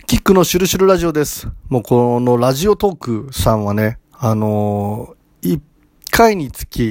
キックのシュルシュルラジオです。もうこのラジオトークさんはね、1回につき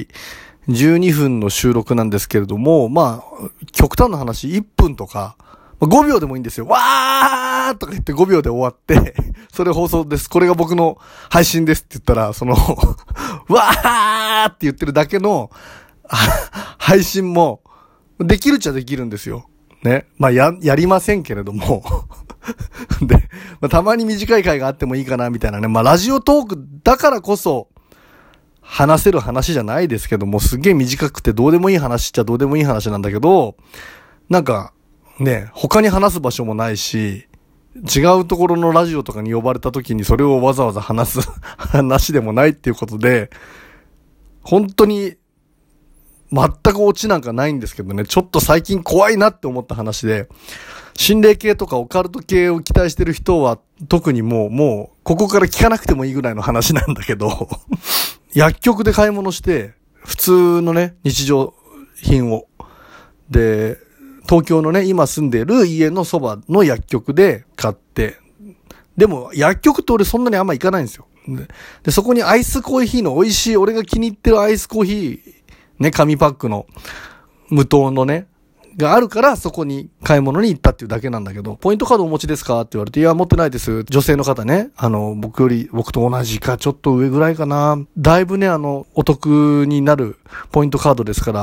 12分の収録なんですけれども、極端な話1分とか、5秒でもいいんですよ。わーとか言って5秒で終わって、それ放送です。これが僕の配信ですって言ったら、わーって言ってるだけの配信もできるっちゃできるんですよ。ね。やりませんけれども。で、たまに短い回があってもいいかなみたいなね。ラジオトークだからこそ話せる話じゃないですけども、すげえ短くてどうでもいい話っちゃどうでもいい話なんだけど、なんかね、他に話す場所もないし、違うところのラジオとかに呼ばれた時にそれをわざわざ話す話でもないっていうことで、本当に全くオチなんかないんですけどね、ちょっと最近怖いなって思った話で、心霊系とかオカルト系を期待してる人は特にもうここから聞かなくてもいいぐらいの話なんだけど薬局で買い物して普通のね日常品をで東京のね今住んでる家のそばの薬局で買って、でも薬局って俺そんなにあんま行かないんですよ。でそこにアイスコーヒーの美味しい俺が気に入ってるアイスコーヒーね紙パックの無糖のねがあるからそこに買い物に行ったっていうだけなんだけど、ポイントカードお持ちですかって言われて、いや持ってないです。女性の方ね、僕と同じかちょっと上ぐらいかな。だいぶねお得になるポイントカードですから、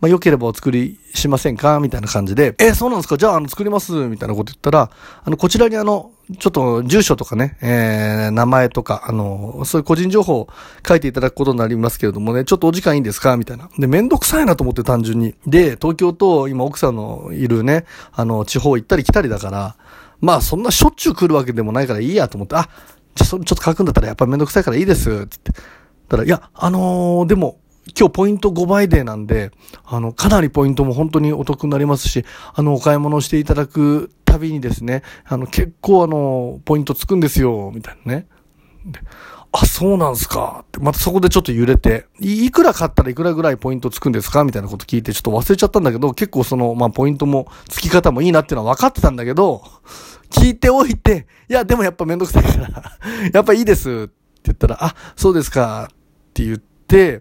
良ければお作りしませんかみたいな感じで、そうなんですか、じゃあ作りますみたいなこと言ったら、こちらにちょっと住所とかね、名前とかそういう個人情報を書いていただくことになりますけれどもね、ちょっとお時間いいんですかみたいな。でめんどくさいなと思って単純に。で東京と今奥さんのいるね地方行ったり来たりだから、そんなしょっちゅう来るわけでもないからいいやと思って、じゃあちょっと書くんだったらやっぱめんどくさいからいいですつってたら、いやでも今日ポイント5倍デーなんで、かなりポイントも本当にお得になりますし、お買い物していただくたびにですね、結構ポイントつくんですよ、みたいなね。で、そうなんすかって、またそこでちょっと揺れて、いくら買ったらいくらぐらいポイントつくんですかみたいなこと聞いてちょっと忘れちゃったんだけど、結構ポイントも、つき方もいいなっていうのは分かってたんだけど、聞いておいて、いや、でもやっぱめんどくさいから、やっぱいいですって言ったら、そうですかって言って、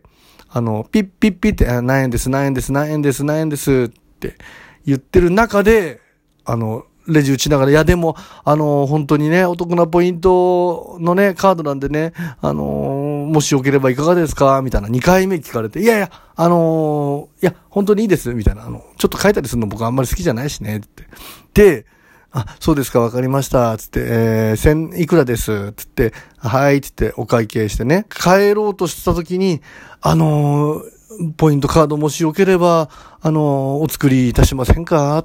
ピッピッピって、何円です、何円です、何円です、何円ですって言ってる中で、レジ打ちながら、いやでも、本当にね、お得なポイントのね、カードなんでね、もしよければいかがですかみたいな2回目聞かれて、いや、本当にいいです、みたいな、ちょっと書いたりするの僕あんまり好きじゃないしね、って。で、そうですか、わかりました、つって、1000いくらです、つって、はい、つってお会計してね、帰ろうとした時に、ポイントカードもしよければ、お作りいたしませんかって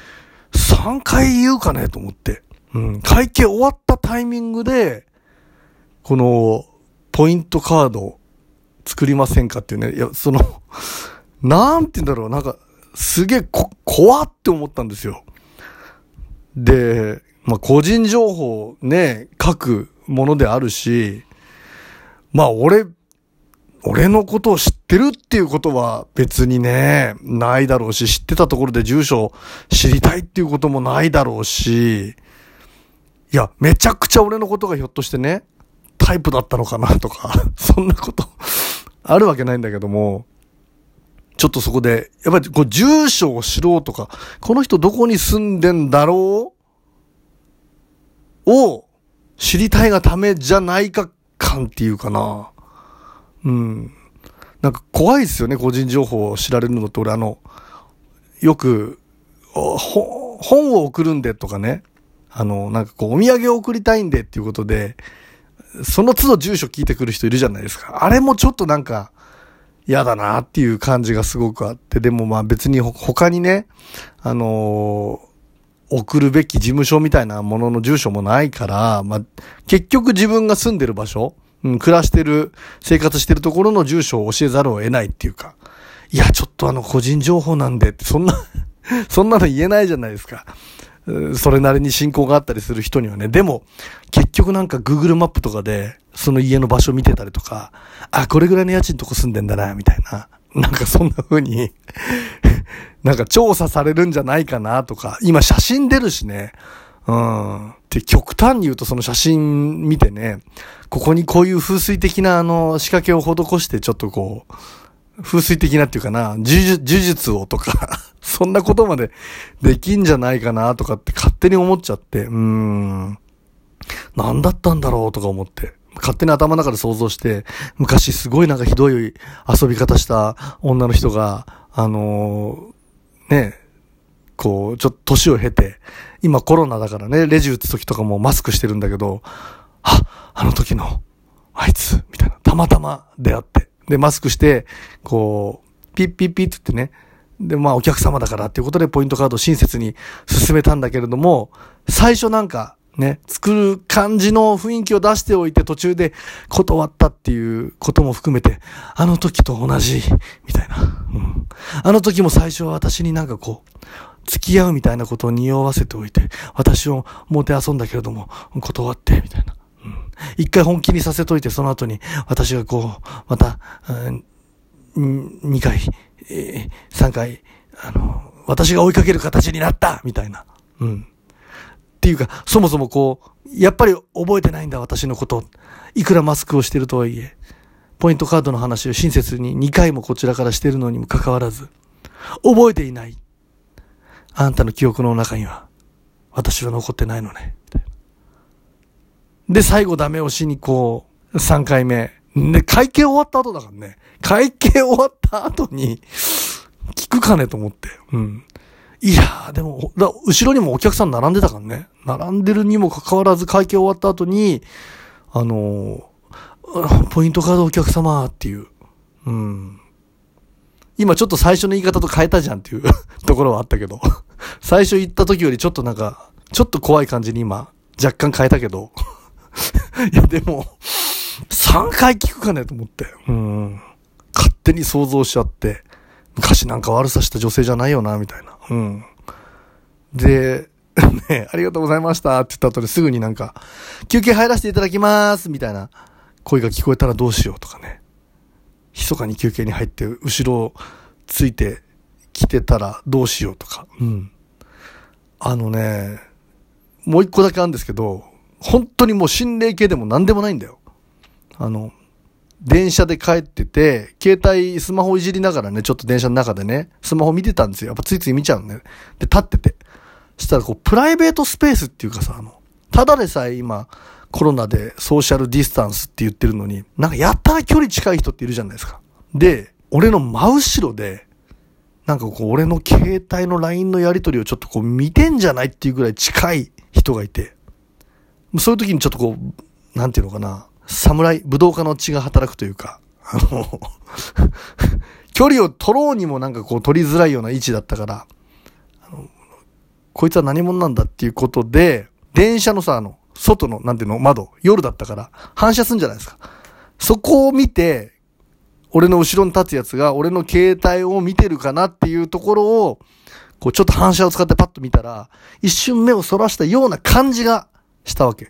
、3回言うかねと思って。会計終わったタイミングで、この、ポイントカード作りませんかっていうね、いや、なんて言うんだろう、なんか、すげえ怖って思ったんですよ。で、個人情報ね、書くものであるし、俺のことを知ってるっていうことは別にね、ないだろうし、知ってたところで住所を知りたいっていうこともないだろうし、いや、めちゃくちゃ俺のことがひょっとしてね、タイプだったのかなとか、そんなことあるわけないんだけども、ちょっとそこで、やっぱり住所を知ろうとか、この人どこに住んでんだろうを知りたいがためじゃないか感っていうかな。なんか怖いですよね、個人情報を知られるのって。俺よく、本を送るんでとかね、なんかお土産を送りたいんでっていうことで、その都度住所聞いてくる人いるじゃないですか。あれもちょっとなんか、嫌だなっていう感じがすごくあって、でも別に他にね、送るべき事務所みたいなものの住所もないから、結局自分が住んでる場所、暮らしてる、生活してるところの住所を教えざるを得ないっていうか、いや、ちょっと個人情報なんでって、そんなの言えないじゃないですか。それなりに信仰があったりする人にはね。でも、結局なんか Google マップとかで、その家の場所見てたりとか、これぐらいの家賃のとこ住んでんだな、みたいな。なんかそんな風に、なんか調査されるんじゃないかなとか、今写真出るしね。ってで、極端に言うとその写真見てね、ここにこういう風水的な仕掛けを施してちょっとこう、風水的なっていうかな、呪術をとか、そんなことまでできんじゃないかなとかって勝手に思っちゃって、何だったんだろうとか思って、勝手に頭の中で想像して、昔すごいなんかひどい遊び方した女の人が、こう、ちょっと年を経て、今コロナだからね、レジ打つ時とかもマスクしてるんだけど、あの時の、あいつ、みたいな、たまたま出会って、で、マスクして、こう、ピッピッピッって言ってね、で、お客様だからっていうことでポイントカードを親切に進めたんだけれども、最初なんか、ね、作る感じの雰囲気を出しておいて途中で断ったっていうことも含めて、あの時と同じ、みたいな。あの時も最初は私になんかこう、付き合うみたいなことを匂わせておいて、私をもてあそんだけれども、断って、みたいな。一回本気にさせといて、その後に私がこう、また、2回、3回、私が追いかける形になった、みたいな。っていうか、そもそもこう、やっぱり覚えてないんだ、私のこと。いくらマスクをしてるとはいえ、ポイントカードの話を親切に2回もこちらからしてるのにもかかわらず、覚えていない。あんたの記憶の中には、私は残ってないのね。で、最後ダメ押しにこう、3回目。で、会計終わった後だからね。会計終わった後に、聞くかねと思って。いやー、でも、後ろにもお客さん並んでたからね。並んでるにもかかわらず会計終わった後に、ポイントカードお客様っていう。今ちょっと最初の言い方と変えたじゃんっていうところはあったけど。最初言った時よりちょっとなんか、ちょっと怖い感じに今、若干変えたけど。いやでも、3回聞くかねと思って。勝手に想像しちゃって。昔なんか悪さした女性じゃないよな、みたいな。で、ね、ありがとうございましたって言った後ですぐになんか、休憩入らせていただきますみたいな声が聞こえたらどうしようとかね。密かに休憩に入って後ろついてきてたらどうしようとか。もう一個だけあるんですけど、本当にもう心霊系でも何でもないんだよ。電車で帰ってて、携帯、スマホいじりながらね、ちょっと電車の中でね、スマホ見てたんですよ。やっぱついつい見ちゃうね。で、立ってて。したらこう、プライベートスペースっていうかさ、ただでさえ今、コロナでソーシャルディスタンスって言ってるのに、なんかやったら距離近い人っているじゃないですか。で、俺の真後ろで、なんかこう、俺の携帯の LINE のやり取りをちょっとこう、見てんじゃないっていうぐらい近い人がいて、そういう時にちょっとこう、なんていうのかな、武道家の血が働くというか、距離を取ろうにもなんかこう取りづらいような位置だったから、こいつは何者なんだっていうことで、電車のさ、外の、なんていうの、窓、夜だったから反射するんじゃないですか。そこを見て、俺の後ろに立つやつが俺の携帯を見てるかなっていうところを、こうちょっと反射を使ってパッと見たら、一瞬目をそらしたような感じがしたわけ。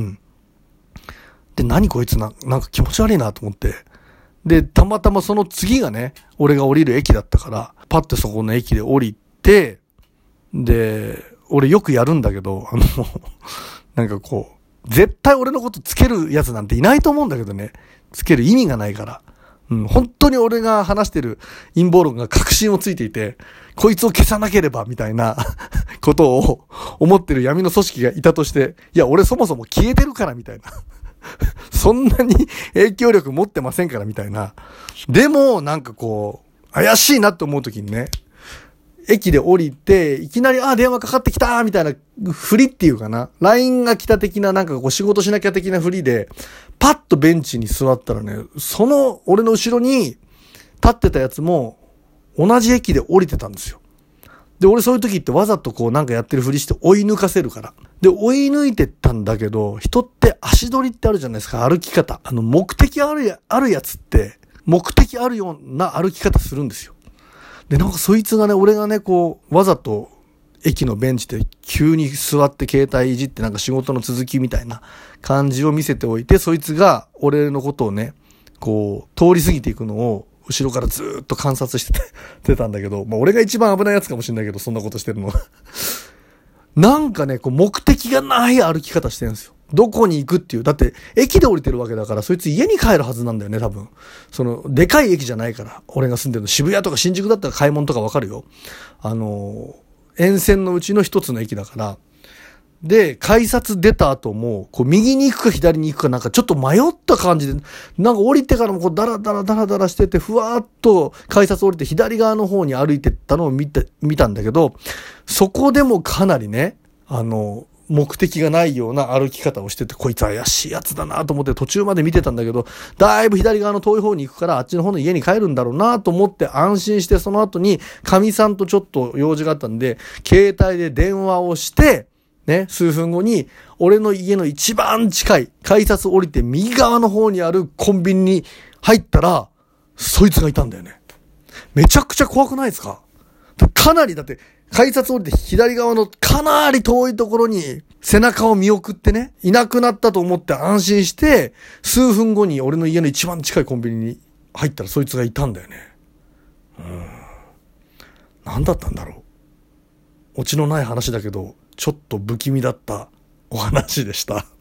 で、何こいつなんか気持ち悪いなと思って。で、たまたまその次がね、俺が降りる駅だったから、パッてそこの駅で降りて、で、俺よくやるんだけど、なんかこう、絶対俺のことつけるやつなんていないと思うんだけどね。つける意味がないから。本当に俺が話してる陰謀論が確信をついていて、こいつを消さなければみたいなことを思ってる闇の組織がいたとして、いや、俺そもそも消えてるからみたいな。そんなに影響力持ってませんからみたいな。でも、なんかこう、怪しいなって思うときにね、駅で降りて、いきなり、電話かかってきたみたいな振りっていうかな。LINE が来た的な、なんかこう仕事しなきゃ的な振りで、パッとベンチに座ったらね、その俺の後ろに立ってたやつも同じ駅で降りてたんですよ。で、俺そういう時ってわざとこうなんかやってるふりして追い抜かせるから。で、追い抜いてったんだけど、人って足取りってあるじゃないですか、歩き方。目的あるやつって、目的あるような歩き方するんですよ。で、なんかそいつがね、俺がね、こう、わざと駅のベンチで急に座って携帯いじってなんか仕事の続きみたいな感じを見せておいて、そいつが俺のことをね、こう、通り過ぎていくのを後ろからずーっと観察してたんだけど、俺が一番危ないやつかもしれないけど、そんなことしてるのは。 なんかね、こう目的がない歩き方してるんですよ。どこに行くっていう。だって、駅で降りてるわけだから、そいつ家に帰るはずなんだよね、多分。でかい駅じゃないから。俺が住んでるの渋谷とか新宿だったら買い物とかわかるよ。沿線のうちの一つの駅だから。で、改札出た後も、こう、右に行くか左に行くかなんかちょっと迷った感じで、なんか降りてからもこう、ダラダラしてて、ふわーっと改札降りて左側の方に歩いてったのを見たんだけど、そこでもかなりね、目的がないような歩き方をしてて、こいつ怪しいやつだなと思って途中まで見てたんだけど、だいぶ左側の遠い方に行くから、あっちの方の家に帰るんだろうなと思って安心して、その後に、神さんとちょっと用事があったんで、携帯で電話をして、ね、数分後に、俺の家の一番近い、改札降りて右側の方にあるコンビニに入ったら、そいつがいたんだよね。めちゃくちゃ怖くないですか？かなり、だって、改札降りて左側のかなり遠いところに背中を見送ってね、いなくなったと思って安心して、数分後に俺の家の一番近いコンビニに入ったらそいつがいたんだよね。何だったんだろう。オチのない話だけど、ちょっと不気味だったお話でした。